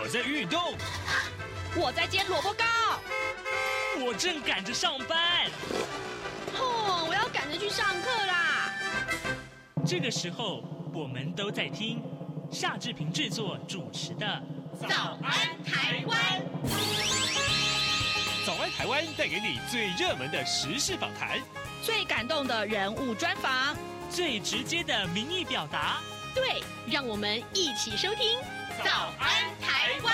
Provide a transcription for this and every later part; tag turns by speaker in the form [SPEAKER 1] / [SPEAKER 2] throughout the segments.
[SPEAKER 1] 在运动，
[SPEAKER 2] 我在煎萝卜糕，
[SPEAKER 1] 我正赶着上班。
[SPEAKER 2] 我要赶着去上课啦。
[SPEAKER 1] 这个时候，我们都在听夏志平制作主持的《
[SPEAKER 2] 早安台湾》。
[SPEAKER 3] 早安台湾带给你最热门的时事访谈，
[SPEAKER 2] 最感动的人物专访，
[SPEAKER 1] 最直接的民意表达。
[SPEAKER 2] 对，让我们一起收听《早安台湾》。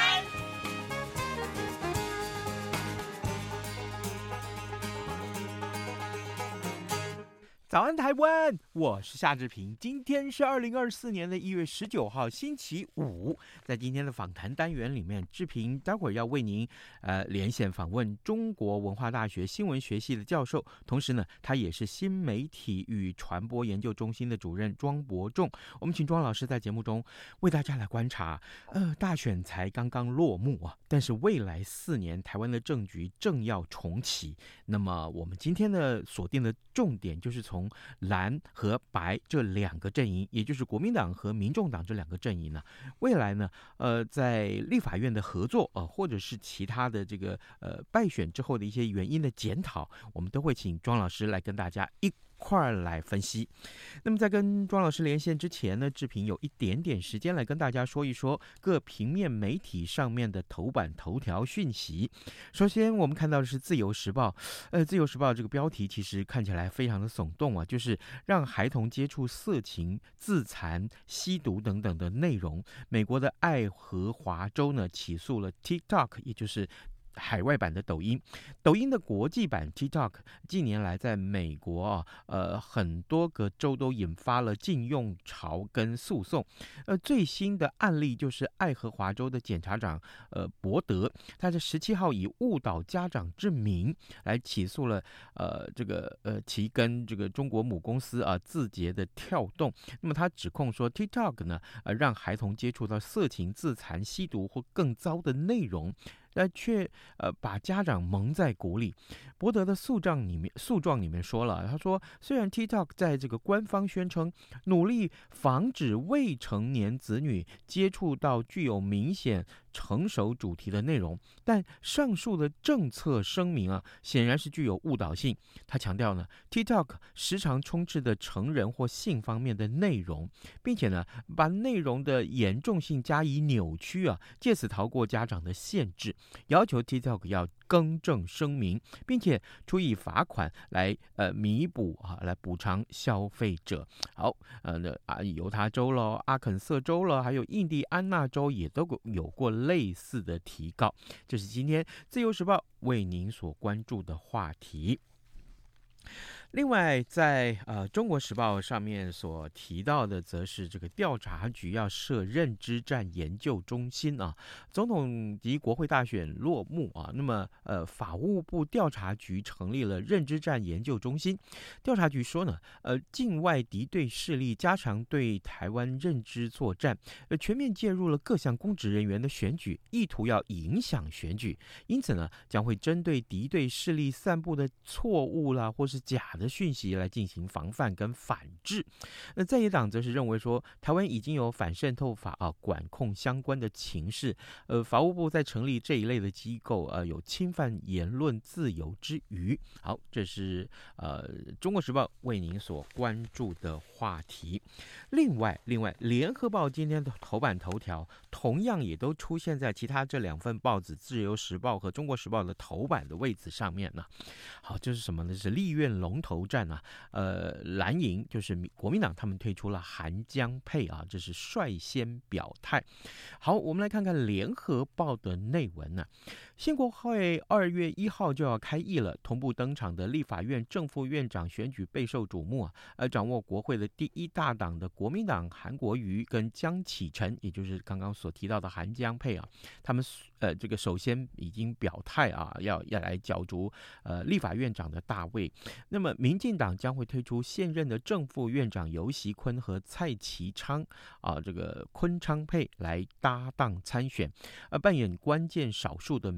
[SPEAKER 4] 早安台湾，我是夏志平。今天是2024年1月19号，星期五。在今天的访谈单元里面，志平待会儿要为您连线访问中国文化大学新闻学系的教授，同时呢，他也是新媒体与传播研究中心的主任庄伯仲。我们请庄老师在节目中为大家来观察，大选才刚刚落幕啊，但是未来4年台湾的政局正要重启。那么我们今天的锁定的重点就是从蓝和白这2个阵营，也就是国民党和民众党这2个阵营呢，未来呢，在立法院的合作或者是其他的这个败选之后的一些原因的检讨，我们都会请庄老师来跟大家一块来分析。那么在跟庄老师连线之前呢，志平有一点点时间来跟大家说一说各平面媒体上面的头版头条讯息。首先我们看到的是自由时报，自由时报这个标题其实看起来非常的耸动啊，就是让孩童接触色情、自残、吸毒等等的内容。美国的爱荷华州呢起诉了 TikTok， 也就是海外版的抖音。抖音的国际版 TikTok 近年来在美国很多个州都引发了禁用潮跟诉讼。最新的案例就是爱荷华州的检察长伯德，他在17号以误导家长之名来起诉了其跟这个中国母公司字节的跳动。那么他指控说 TikTok 呢让孩童接触到色情、自残、吸毒或更糟的内容，却把家长蒙在鼓里。伯德的诉状里面说了，他说虽然 TikTok 在这个官方宣称努力防止未成年子女接触到具有明显成熟主题的内容，但上述的政策声明显然是具有误导性。他强调呢 TikTok 时常充斥的成人或性方面的内容，并且呢把内容的严重性加以扭曲借此逃过家长的限制，要求 TikTok 要更正声明，并且处以罚款来弥补来补偿消费者。好，犹他州了、阿肯色州了，还有印第安纳州也都有过类似的提告。这是今天自由时报为您所关注的话题。另外在中国时报上面所提到的则是这个调查局要设认知战研究中心总统及国会大选落幕那么法务部调查局成立了认知战研究中心。调查局说呢境外敌对势力加强对台湾认知作战，全面介入了各项公职人员的选举，意图要影响选举，因此呢将会针对敌对势力散布的错误啦或是假的讯息来进行防范跟反制。在野党则是认为说，台湾已经有反渗透法管控相关的情势，法务部在成立这一类的机构有侵犯言论自由之余。好，这是中国时报为您所关注的话题。另外联合报今天的头版头条同样也都出现在其他这2份报纸自由时报和中国时报的头版的位置上面呢。好，这是什么呢？是立院龙头战蓝营就是国民党他们推出了韩江配这是率先表态。好，我们来看看联合报的内文新国会2月1号就要开议了，同步登场的立法院正副院长选举备受瞩目掌握国会的第1大党的国民党韩国瑜跟江启臣，也就是刚刚所提到的韩江配他们这个首先已经表态要来角逐立法院长的大位。那么民进党将会推出现任的正副院长游锡堃和蔡其昌这个昆昌配来搭档参选，扮演关键少数的民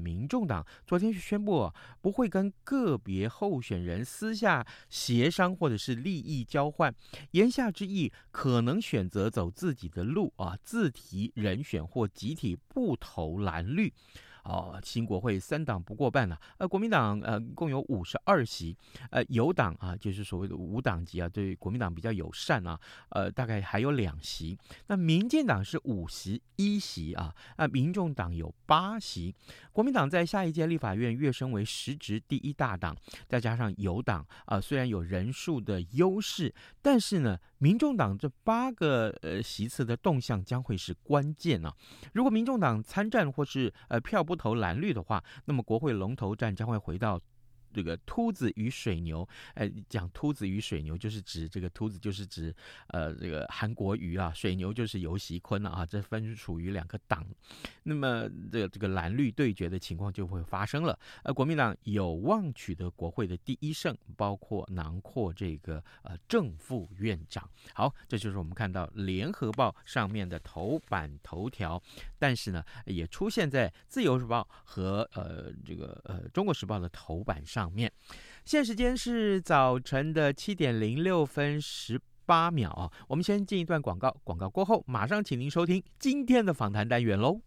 [SPEAKER 4] 民众党昨天宣布不会跟个别候选人私下协商或者是利益交换，言下之意可能选择走自己的路自提人选或集体不投蓝绿。新国会3党不过半了，国民党共有52席，有党就是所谓的无党籍对国民党比较友善大概还有2席。那民进党是51席民众党有8席。国民党在下一届立法院跃升为实质第一大党，再加上有党虽然有人数的优势，但是呢，民众党这8个席次的动向将会是关键如果民众党参战或是票不投蓝绿的话，那么国会龙头战将会回到这个秃子与水牛。讲秃子与水牛就是指这个秃子就是指这个韩国瑜水牛就是游锡堃这分属于2个党。那么这个蓝绿对决的情况就会发生了。国民党有望取得国会的第1胜，包括囊括这个正副院长。好，这就是我们看到联合报上面的头版头条，但是呢，也出现在自由时报和中国时报的头版上面。现在时间是早晨的7点06分18秒我们先进一段广告，广告过后马上请您收听今天的访谈单元喽。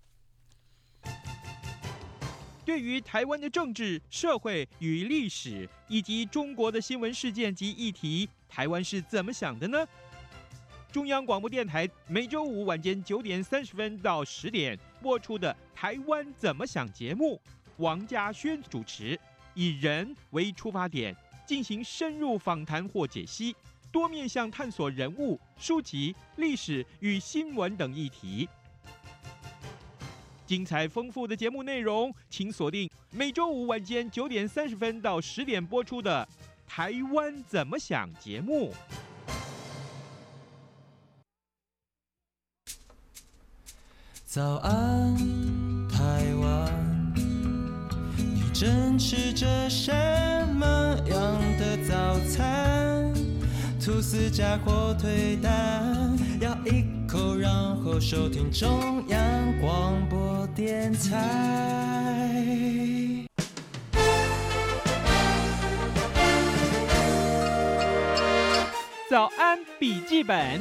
[SPEAKER 4] 对于台湾的政治、社会与历史，以及中国的新闻事件及议题，台湾是怎么想的呢？中央广播电台每周五晚间9点30分到10点播出的《台湾怎么想》节目，王家轩主持，以人为出发点，进行深入访谈或解析，多面向探索人物、书籍、历史与新闻等议题。精彩丰富的节目内容，请锁定每周五晚间9点30分到10点播出的《台湾怎么想》节目。
[SPEAKER 5] 早安，台湾，你正吃着什么样的早餐？吐司加火腿蛋，咬一口，然后收听中央广播电台。
[SPEAKER 4] 早安笔记本，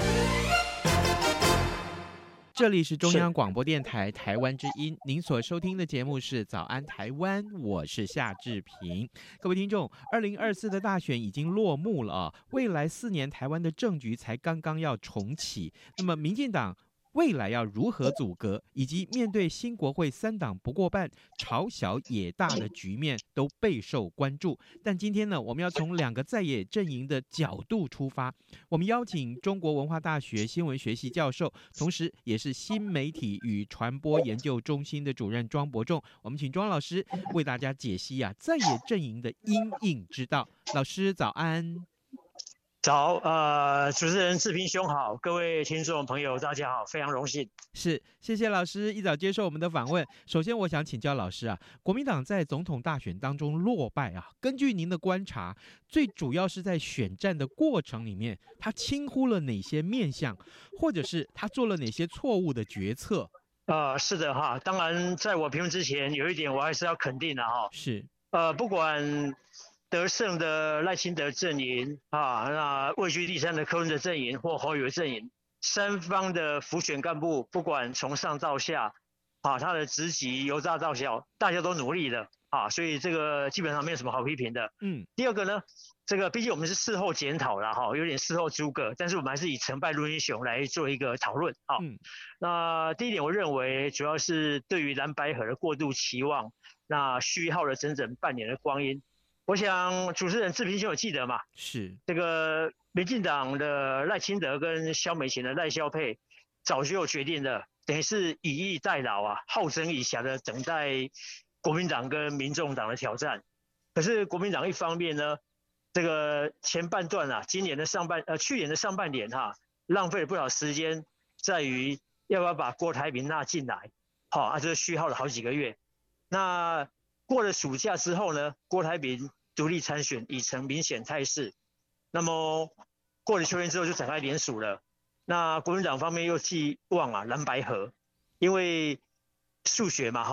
[SPEAKER 4] 这里是中央广播电台台湾之音，您所收听的节目是早安台湾，我是夏志平。各位听众，2024的大选已经落幕了未来4年台湾的政局才刚刚要重启，那么民进党未来要如何阻隔，以及面对新国会3党不过半、朝小野大的局面都备受关注。但今天呢，我们要从2个在野阵营的角度出发，我们邀请中国文化大学新闻学系教授，同时也是新媒体与传播研究中心的主任庄伯仲，我们请庄老师为大家解析在野阵营的因应之道。老师早安。
[SPEAKER 6] 早，主持人志平兄好，各位听众朋友大家好，非常荣幸。
[SPEAKER 4] 是，谢谢老师一早接受我们的访问。首先我想请教老师国民党在总统大选当中落败根据您的观察，最主要是在选战的过程里面，他轻忽了哪些面向，或者是他做了哪些错误的决策？
[SPEAKER 6] 是的当然在我评论之前，有一点我还是要肯定的
[SPEAKER 4] 是，
[SPEAKER 6] 不管得胜的赖清德阵营那位居第3的柯文哲阵营或侯友宜阵营，3方的辅选干部，不管从上到下他的职级由大到小，大家都努力的所以这个基本上没有什么好批评的。第二个呢，这个毕竟我们是事后检讨啦有点事后诸葛，但是我们还是以成败论英雄来做一个讨论那第一点，我认为主要是对于蓝白合的过度期望，那虚耗了整整半年的光阴。我想主持人志平兄有记得嘛？是这个民进党的赖清德跟萧美琴的赖萧配，早就决定了，等于是以逸待劳好整以暇的等待国民党跟民众党的挑战。可是国民党一方面呢，这个前半段去年的上半年浪费了不少时间，在于要不要把郭台铭纳进来，这虚耗了好几个月。那过了暑假之后呢，郭台铭独立参选已成明显态势。那么过了秋天之后就展开联署了。那国民党方面又寄望蓝白合，因为数学嘛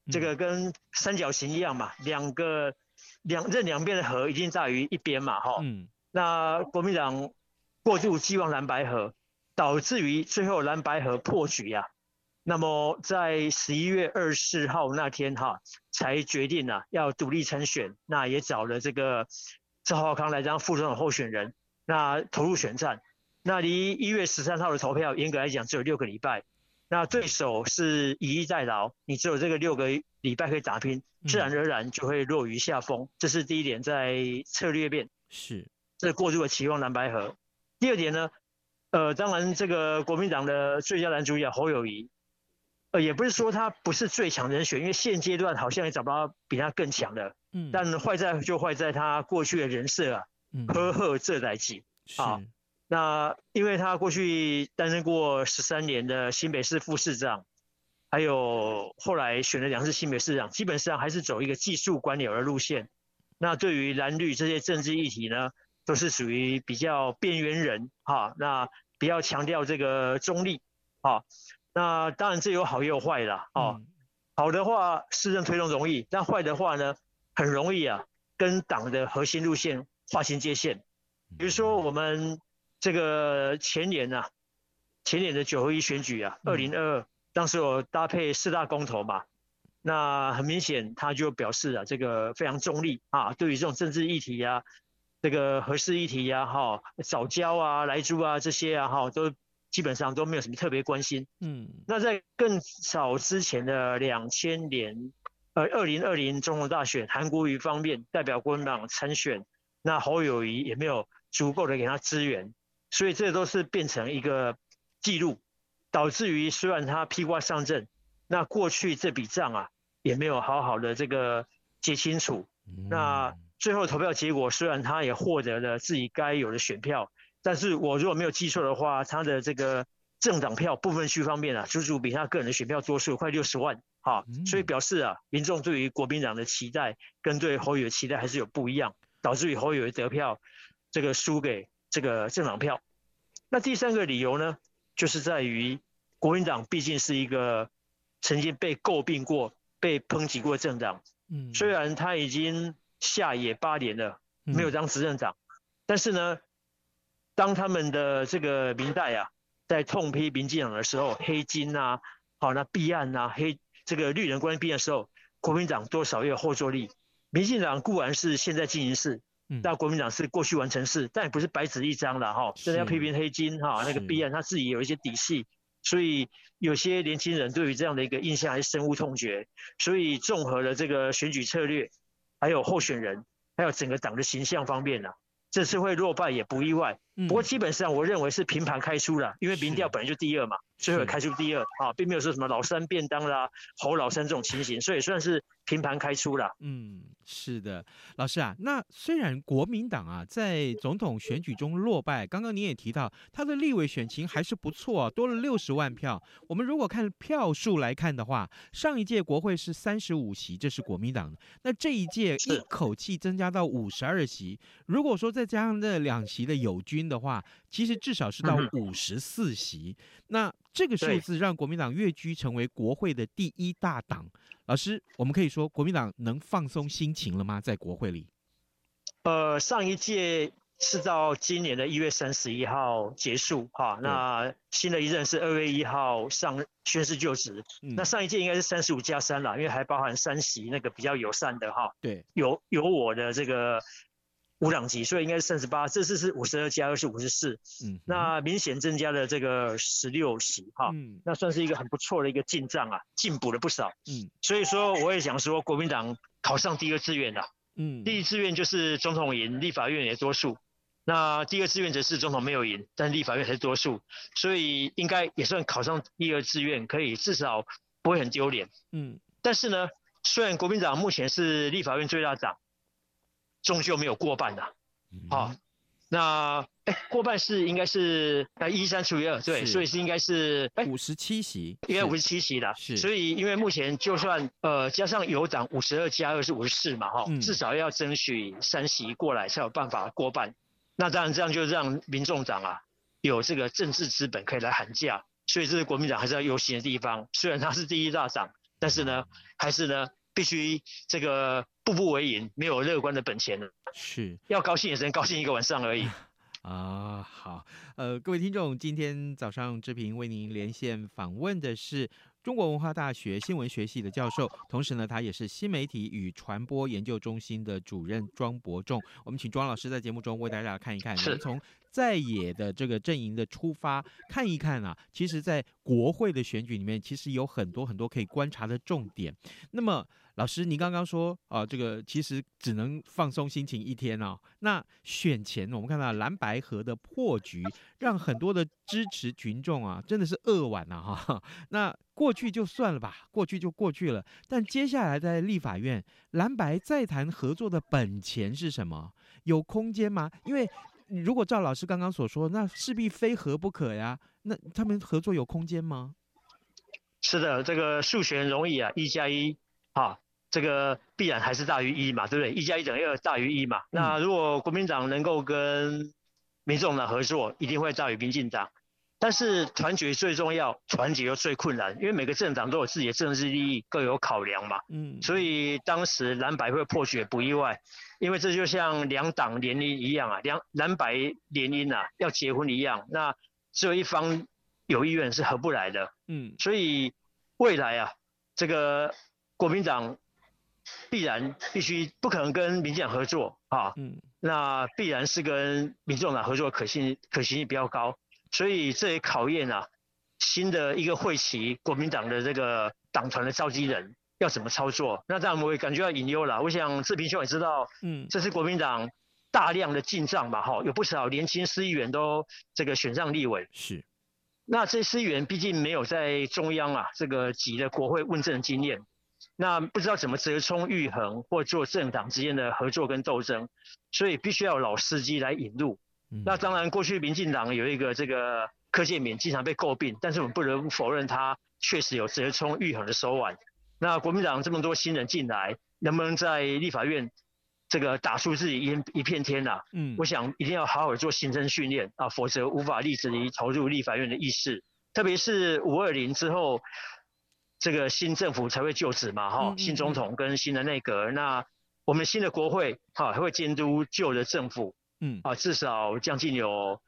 [SPEAKER 6] 这个跟三角形一样嘛，两边的和一定大于一边嘛，哈。那国民党过度寄望蓝白合，导致于最后蓝白合破局啊。那么在11月24号那天哈，才决定要独立参选，那也找了这个赵少康来当副总统候选人，那投入选战。那离1月13号的投票，严格来讲只有6个礼拜。那对手是以逸待劳，你只有这个6个礼拜可以打拼，自然而然就会落于下风。这是第一点，在策略面
[SPEAKER 4] 是
[SPEAKER 6] 这过度的期望蓝白合。第二点呢，当然这个国民党的最佳男主角侯友宜，也不是说他不是最强人选，因为现阶段好像也找不到比他更强的。但坏在他过去的人设啊，呵呵这代际啊。那因为他过去担任过13年的新北市副市长，还有后来选了2次新北市长，基本上还是走一个技术官僚的路线。那对于蓝绿这些政治议题呢，都是属于比较边缘人哈，那比较强调这个中立啊。那当然这有好也有坏啦哦。好的话市政推动容易，但坏的话呢，很容易跟党的核心路线划清界限。比如说我们这个前年的9合1选举2022，当时有搭配4大公投嘛，那很明显他就表示这个非常中立对于这种政治议题这个核四议题藻礁莱猪这些都基本上都没有什么特别关心。那在更早之前的2000年2020总统大选，韩国瑜方面代表国民党参选，那侯友宜也没有足够的给他支援。所以这都是变成一个记录，导致于虽然他披挂上阵，那过去这笔账也没有好好的这个结清楚。那最后投票结果虽然他也获得了自己该有的选票，但是我如果没有记错的话，他的这个政党票部分区方面足足比他个人的选票多出快60万所以表示民众对于国民党的期待跟对侯友宜的期待还是有不一样，导致于侯友宜得票这个输给这个政党票。那第3个理由呢，就是在于国民党毕竟是一个曾经被诟病过、被抨击过的政党。虽然他已经下野8年了，没有当执政党，但是呢，当他们的这个民代在痛批民进党的时候，黑金那弊案这个绿人关系弊案的时候，国民党多少也有后坐力。民进党固然是现在进行式。但国民党是过去完成式，但也不是白纸一张了真的要批评黑金那个弊案，他自己有一些底细，所以有些年轻人对于这样的一个印象还是深恶痛绝。所以综合了这个选举策略，还有候选人，还有整个党的形象方面这次会落败也不意外。不过基本上我认为是平盘开出了，因为民调本来就第2嘛，最后开出第2并没有说什么老三便当侯老三这种情形，所以算是平盘开出了。
[SPEAKER 4] 是的，老师那虽然国民党在总统选举中落败，刚刚您也提到他的立委选情还是不错多了60万票。我们如果看票数来看的话，上一届国会是35席，这是国民党的，那这一届一口气增加到52席，如果说再加上这2席的友军的话，其实至少是到54席。那这个数字让国民党跃居成为国会的第1大党。老师，我们可以说国民党能放松心情了吗？在国会里？
[SPEAKER 6] 上一届是到今年的1月31号结束那新的一任是2月1号宣誓就职。那上一届应该是35+3啦，因为还包含3席那个比较友善的
[SPEAKER 4] 对，
[SPEAKER 6] 有我的这个无党籍，所以应该是38，这次是52+2是54。那明显增加了这个16席那算是一个很不错的一个进账进补了不少。所以说我也想说国民党考上第2志愿第1志愿就是总统赢，立法院也多数。那第2志愿则是总统没有赢，但立法院才是多数，所以应该也算考上第2志愿，可以至少不会很丢脸。但是呢，虽然国民党目前是立法院最大党，终究没有过半那过半是应该是113除以2，对，所以是应该是
[SPEAKER 4] 57席，
[SPEAKER 6] 应该57席的。所以因为目前就算加上有党52+2是54嘛至少要争取3席过来才有办法过半。那当然这样就让民众党有这个政治资本可以来喊价，所以这是国民党还是要忧心的地方。虽然他是第1大党， 但是呢，还是呢必须这个步步为营，没有乐观的本钱了。
[SPEAKER 4] 是，
[SPEAKER 6] 要高兴也只能高兴一个晚上而已。
[SPEAKER 4] 啊，好，各位听众，今天早上志平为您连线访问的是中国文化大学新闻学系的教授，同时呢，他也是新媒体与传播研究中心的主任庄伯仲。我们请庄老师在节目中为大家看一看，我们从在野的这个阵营的出发，看一看啊，其实在国会的选举里面，其实有很多可以观察的重点。那么老师，您刚刚说啊，这个其实只能放松心情一天哦。那选前我们看到蓝白合的破局，让很多的支持群众啊，真的是扼腕啊哈。那过去就算了吧，过去就过去了。但接下来在立法院，蓝白再谈合作的本钱是什么？有空间吗？因为如果照老师刚刚所说，那势必非合不可呀。那他们合作有空间吗？
[SPEAKER 6] 是的，这个数学容易啊，1+1啊。这个必然还是大于1嘛，对不对？1+1等于2大于1嘛。那如果国民党能够跟民众党合作，一定会大于民进党。但是团结最重要，团结又最困难，因为每个政党都有自己的政治利益，各有考量嘛。所以当时蓝白会破局也不意外，因为这就像两党联姻一样啊，蓝白联姻啊，要结婚一样，那只有一方有意愿是合不来的。所以未来啊，这个国民党必须不可能跟民进党合作啊，那必然是跟民众党合作可行性比较高，所以这也考验啊新的一个会期国民党的这个党团的召集人要怎么操作。那当然我也感觉到隐忧了，我想志平兄也知道，这是国民党大量的进账嘛，有不少年轻市议员都这个选上立委，
[SPEAKER 4] 是。
[SPEAKER 6] 那这些市议员毕竟没有在中央啊这个级的国会问政经验。那不知道怎么折冲愈横或做政党之间的合作跟斗争，所以必须要有老司机来引路。那当然过去民进党有一个这个柯建铭经常被诟病，但是我们不得不否认他确实有折冲愈横的手腕。那国民党这么多新人进来，能不能在立法院这个打出自己一片天啊？我想一定要好好做行政训练啊，否则无法立即投入立法院的议事。特别是520之后，这个新政府才会就职嘛，新总统跟新的内阁，那我们新的国会还会监督旧的政府，至少将近有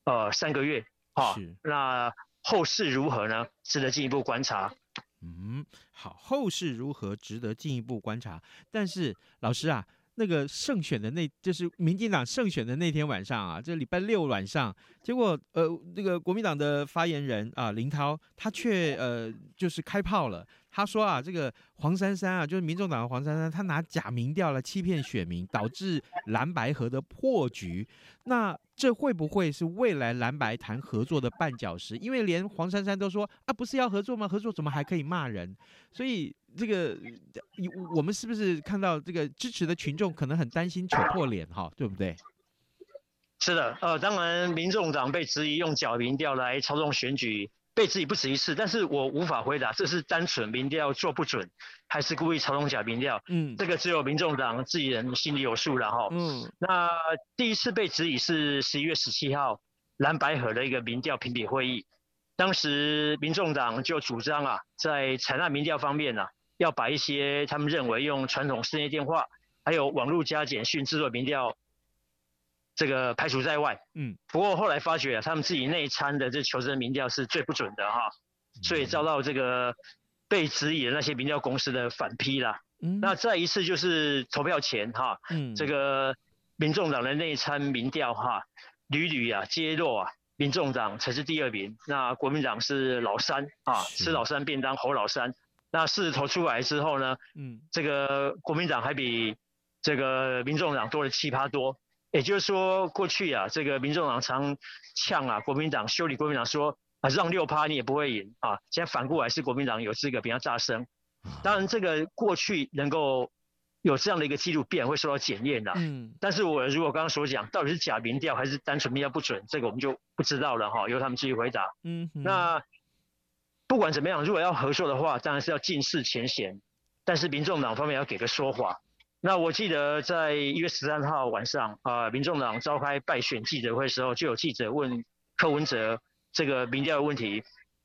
[SPEAKER 6] 3个月，那后事如何呢？值得进一步观察。
[SPEAKER 4] 好，后事如何值得进一步观察。但是老师啊，那个胜选的就是民进党胜选的那天晚上啊，这礼拜6晚上，结果那个国民党的发言人啊林涛，他却就是开炮了。他说啊，这个黄珊珊啊，就是民众党的黄珊珊，他拿假民调来欺骗选民，导致蓝白合的破局。那这会不会是未来蓝白谈合作的绊脚石？因为连黄珊珊都说啊，不是要合作吗？合作怎么还可以骂人？所以这个我们是不是看到这个支持的群众可能很担心扯破脸哈，对不对？
[SPEAKER 6] 是的，当然民众党被质疑用假民调来操纵选举，被质疑不止一次，但是我无法回答这是单纯民调做不准，还是故意操纵假民调。这个只有民众党自己人心里有数了哈。那第一次被质疑是11月17号蓝白合的一个民调评比会议，当时民众党就主张啊，在采纳民调方面啊，要把一些他们认为用传统室内电话还有网络加简讯制作民调这个排除在外。不过后来发觉啊，他们自己内参的这求真民调是最不准的哈，所以遭到这个被质疑的那些民调公司的反批啦。那再一次就是投票前哈，这个民众党的内参民调哈，屡屡啊揭露啊，民众党才是第2名，那国民党是老三啊，吃老三便当，吼老三。那事实投出来之后呢，这个国民党还比这个民众党多了7%多。也就是说，过去啊，这个民众党常呛啊，国民党修理国民党说啊，让6%你也不会赢啊。现在反过来是国民党有资格比较大声。当然，这个过去能够有这样的一个记录，必然会受到检验的。但是我如果刚刚所讲，到底是假民调还是单纯民调不准，这个我们就不知道了哈，由他们自己回答。那不管怎么样，如果要合作的话，当然是要尽释前嫌，但是民众党方面要给个说法。那我记得在1月13号晚上民众党召开败选记者会的时候，就有记者问柯文哲这个民调的问题，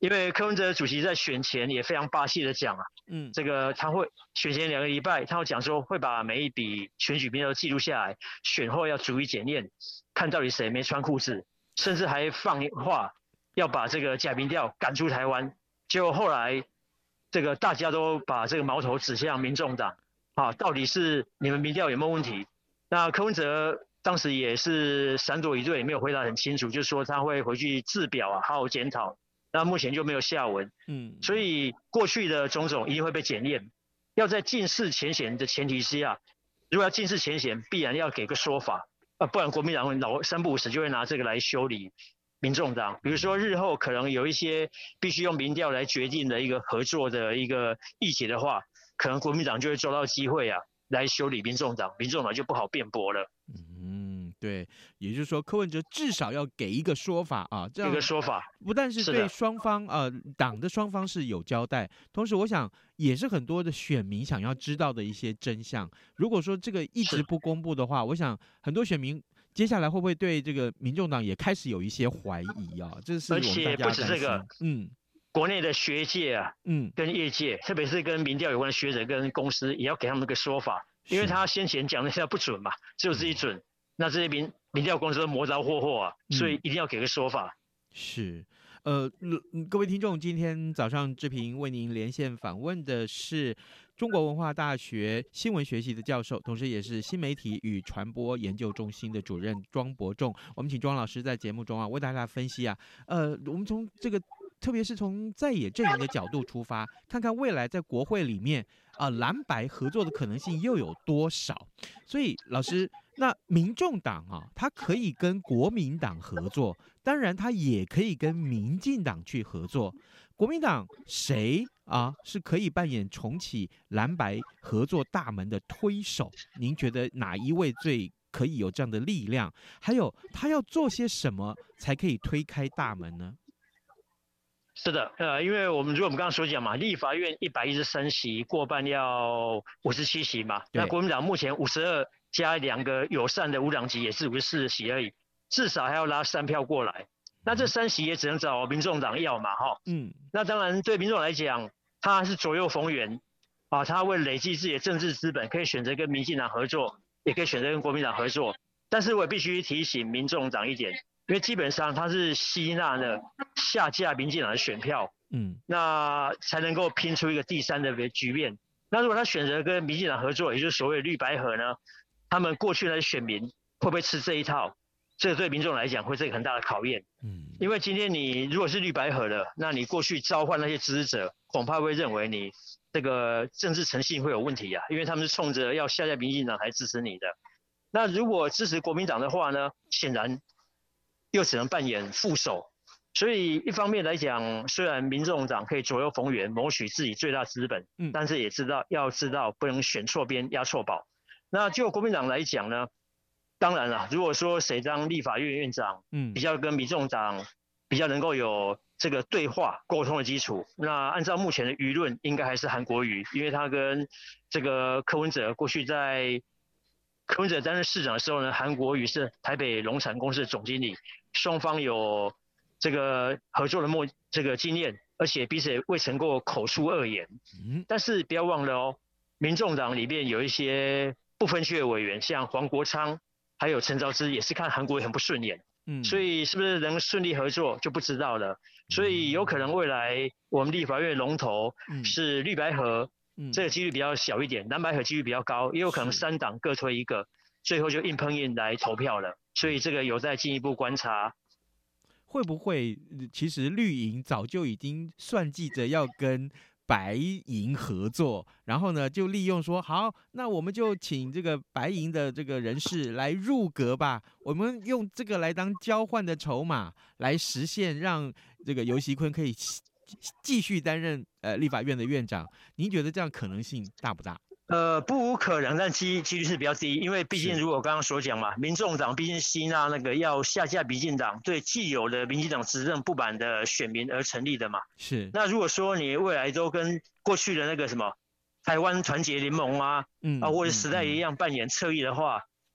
[SPEAKER 6] 因为柯文哲主席在选前也非常霸气的讲啊，这个他会选前2个礼拜，他会讲说会把每一笔选举民调记录下来，选后要逐一检验，看到底谁没穿裤子，甚至还放话要把这个假民调赶出台湾。结果后来这个大家都把这个矛头指向民众党啊，到底是你们民调有没有问题？那柯文哲当时也是闪躲一对，没有回答很清楚，就说他会回去自表啊，好好检讨。那目前就没有下文，所以过去的种种一定会被检验。要在尽释前嫌的前提之下，如果要尽释前嫌，必然要给个说法，不然国民党老三不五时就会拿这个来修理民众党。比如说日后可能有一些必须用民调来决定的一个合作的一个议题的话，可能国民党就会抓到机会啊，来修理民众党，民众党就不好辩驳了。
[SPEAKER 4] 对，也就是说，柯文哲至少要给一个说法啊，这样
[SPEAKER 6] 一个说法，
[SPEAKER 4] 不但是对双方党的双方是有交代，同时我想也是很多的选民想要知道的一些真相。如果说这个一直不公布的话，我想很多选民接下来会不会对这个民众党也开始有一些怀疑啊？这是我们大家担心。而且不止这个，国内的学界啊，跟业界，特别是跟民调有关的学者跟公司，也要给他们个说法，因为他先前讲的是不准嘛，只有自己准。那这些民调公司都磨着霍啊，所以一定要给个说法。 是，各位听众，今天早上志平为您连线访问的是中国文化大学新闻学系的教授，同时也是新媒体与传播研究中心的主任庄伯仲。我们请庄老师在节目中为大家分析我们从这个特别是从在野阵营的角度出发，看看未来在国会里面蓝白合作的可能性又有多少。所以老师，那民众党他可以跟国民党合作，当然他也可以跟民进党去合作。国民党谁是可以扮演重启蓝白合作大门的推手？您觉得哪一位最可以有这样的力量？还有他要做些什么才可以推开大门呢？
[SPEAKER 6] 是的，因为我们刚刚所讲嘛，立法院113席过半要57席嘛，那国民党目前52加2个友善的无党籍也是54席而已，至少还要拉3票过来。那这3席也只能找民众党要嘛，那当然对民众来讲，他是左右逢源他为了累积自己的政治资本，可以选择跟民进党合作，也可以选择跟国民党合作。但是我也必须提醒民众党一点，因为基本上他是吸纳了下架民进党的选票，那才能够拼出一个第3的局面。那如果他选择跟民进党合作，也就是所谓的绿白合呢，他们过去的选民会不会吃这一套？这个对民众来讲会是一个很大的考验。因为今天你如果是绿白合的，那你过去召唤那些支持者，恐怕会认为你这个政治诚信会有问题因为他们是冲着要下架民进党才支持你的。那如果支持国民党的话呢，显然又只能扮演副手。所以一方面来讲，虽然民众党可以左右逢源，谋取自己最大资本，但是也要知道不能选错边，押错宝。那就国民党来讲呢，当然了，如果说谁当立法院院长，比较跟民众党比较能够有这个对话沟通的基础，那按照目前的舆论，应该还是韩国瑜，因为他跟这个柯文哲过去在柯文哲担任市长的时候呢，韩国瑜是台北农产公司的总经理，双方有这个合作的这个经验，而且彼此也未曾过口出恶言。但是不要忘了民众党里面有一些不分区的委员，像黄国昌还有陈昭之，也是看韩国瑜很不顺眼。所以是不是能顺利合作就不知道了。所以有可能未来我们立法院龙头是绿白合，这个几率比较小一点，蓝白合几率比较高，也有可能3党各推一个，最后就硬碰硬来投票了。所以这个有待进一步观察。
[SPEAKER 4] 会不会其实绿营早就已经算计着要跟白营合作，然后呢就利用说好，那我们就请这个白营的这个人士来入阁吧，我们用这个来当交换的筹码，来实现让这个游锡堃可以继续担任立法院的院长。您觉得这样可能性大不大？
[SPEAKER 6] 不无可能，但几率是比较低，因为毕竟如果我刚刚所讲嘛，民众党毕竟吸纳那个要下架民进党对既有的民进党执政不满的选民而成立的嘛。是。那如果说你未来都跟过去的那个什么台湾团结联盟或者时代一样扮演侧翼的话，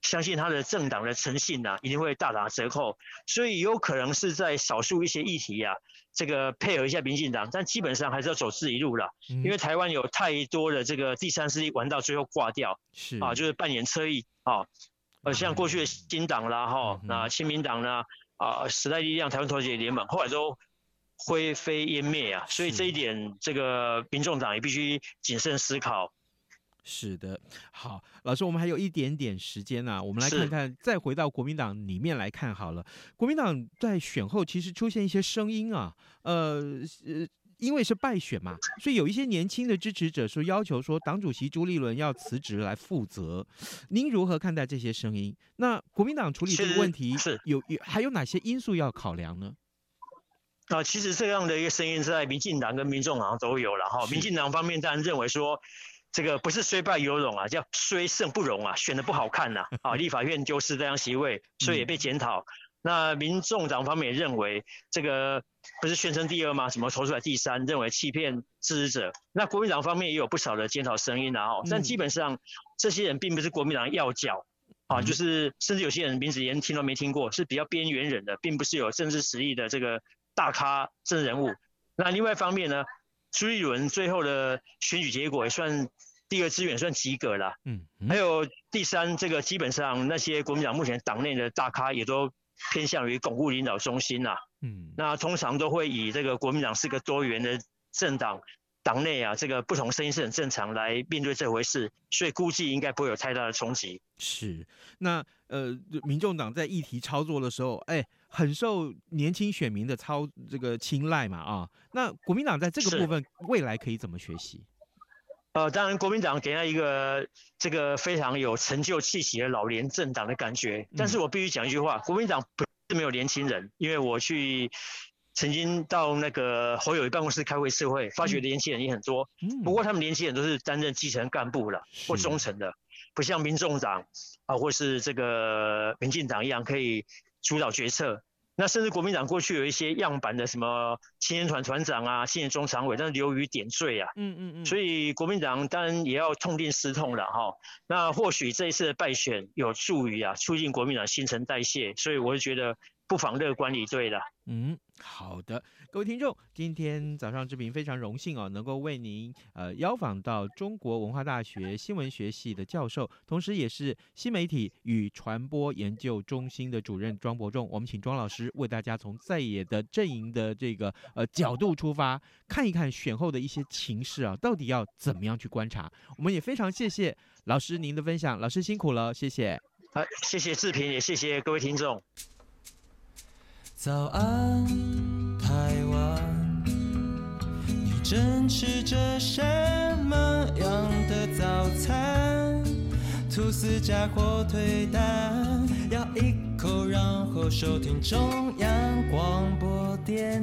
[SPEAKER 6] 相信他的政党的诚信一定会大打折扣，所以有可能是在少数一些议题这个配合一下民进党，但基本上还是要走自己路了，因为台湾有太多的这个第三势力玩到最后挂掉，就是扮演车翼像过去的新党啦那亲民党啦时代力量、台湾团结联盟后来都灰飞烟灭所以这一点这个民众党也必须谨慎思考。
[SPEAKER 4] 是的，好，老师，我们还有一点点时间我们来看看，再回到国民党里面来看好了。国民党在选后其实出现一些声音因为是败选嘛，所以有一些年轻的支持者说要求说党主席朱立伦要辞职来负责。您如何看待这些声音？那国民党处理这个问题还有哪些因素要考量呢？
[SPEAKER 6] 其实这样的一个声音在民进党跟民众党都有了民进党方面当然认为说，这个不是虽败犹荣叫虽胜不荣选得不好看立法院丢失这样席位，所以也被检讨。那民众党方面也认为，这个不是宣称第二吗？怎么投出来第三？认为欺骗支持者。那国民党方面也有不少的检讨声音但基本上这些人并不是国民党要角就是甚至有些人名字连听都没听过，是比较边缘人的，并不是有政治实力的这个大咖政治人物。那另外一方面呢，朱立伦最后的选举结果也算第二志愿算及格啦。还有第三，这个基本上那些国民党目前党内的大咖也都偏向于巩固领导中心那通常都会以这个国民党是个多元的政党，党内这个不同声音是很正常来面对这回事，所以估计应该不会有太大的冲击。
[SPEAKER 4] 是，那民众党在议题操作的时候，很受年轻选民的这个青睐嘛那国民党在这个部分未来可以怎么学习？
[SPEAKER 6] 当然国民党给他一个这个非常有成就气息的老年政党的感觉，但是我必须讲一句话，国民党不是没有年轻人，因为我曾经到那个侯友宜办公室开会次会，发觉年轻人也很多，不过他们年轻人都是担任基层干部了或中层的，不像民众党或是这个民进党一样可以主导决策。那甚至国民党过去有一些样板的什么青年团团长青年中常委，但是流于点缀所以国民党当然也要痛定思痛了那或许这一次的败选有助于促进国民党新陈代谢，所以我就觉得不妨乐观以对了。
[SPEAKER 4] 好的，各位听众，今天早上志平非常荣幸能够为您邀访到中国文化大学新闻学系的教授，同时也是新媒体与传播研究中心的主任庄伯仲。我们请庄老师为大家从在野的阵营的这个角度出发，看一看选后的一些情势到底要怎么样去观察。我们也非常谢谢老师您的分享，老师辛苦了，谢谢。
[SPEAKER 6] 谢谢志平，也谢谢各位听众。
[SPEAKER 5] 早安，台湾，你正吃着什么样的早餐？吐司加火腿蛋，咬一口，然后收听中央广播电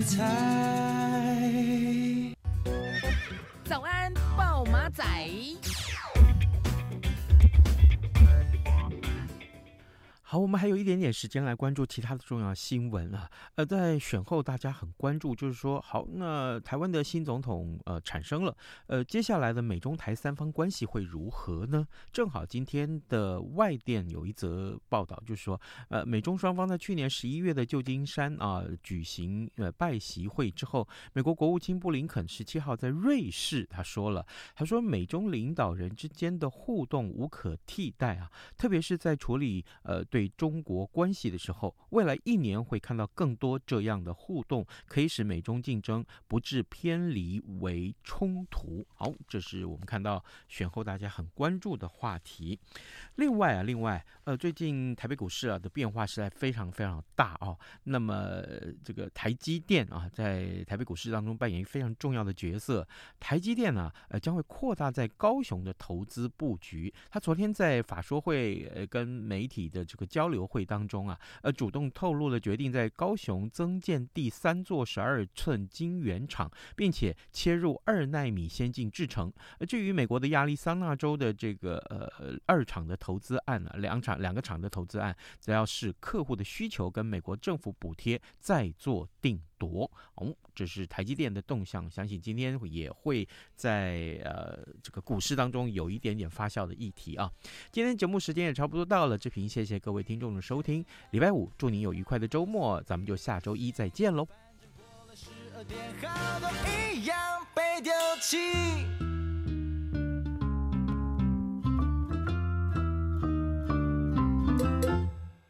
[SPEAKER 5] 台。
[SPEAKER 2] 早安，暴马仔。
[SPEAKER 4] 好，我们还有一点点时间来关注其他的重要新闻在选后大家很关注，就是说，好，那台湾的新总统产生了，接下来的美中台三方关系会如何呢？正好今天的外电有一则报道，就是说，美中双方在去年11月的旧金山举行拜习会之后，美国国务卿布林肯17号在瑞士他说美中领导人之间的互动无可替代特别是在处理对中国关系的时候，未来1年会看到更多这样的互动，可以使美中竞争不致偏离为冲突。好，这是我们看到选后大家很关注的话题。另外最近台北股市的变化实在非常非常大那么这个台积电在台北股市当中扮演非常重要的角色。台积电将会扩大在高雄的投资布局。他昨天在法说会跟媒体的这个交流会当中主动透露了决定在高雄增建第3座12寸晶圆厂，并且切入2奈米先进制程。至于美国的亚利桑那州的这个2厂的投资案两个厂的投资案，则要视客户的需求跟美国政府补贴再做定夺这是台积电的动向，相信今天也会在这个股市当中有一点点发酵的议题啊。今天节目时间也差不多到了，志平谢谢各位听众的收听，礼拜五祝您有愉快的周末，咱们就下周一再见喽。
[SPEAKER 5] 一样被丢弃。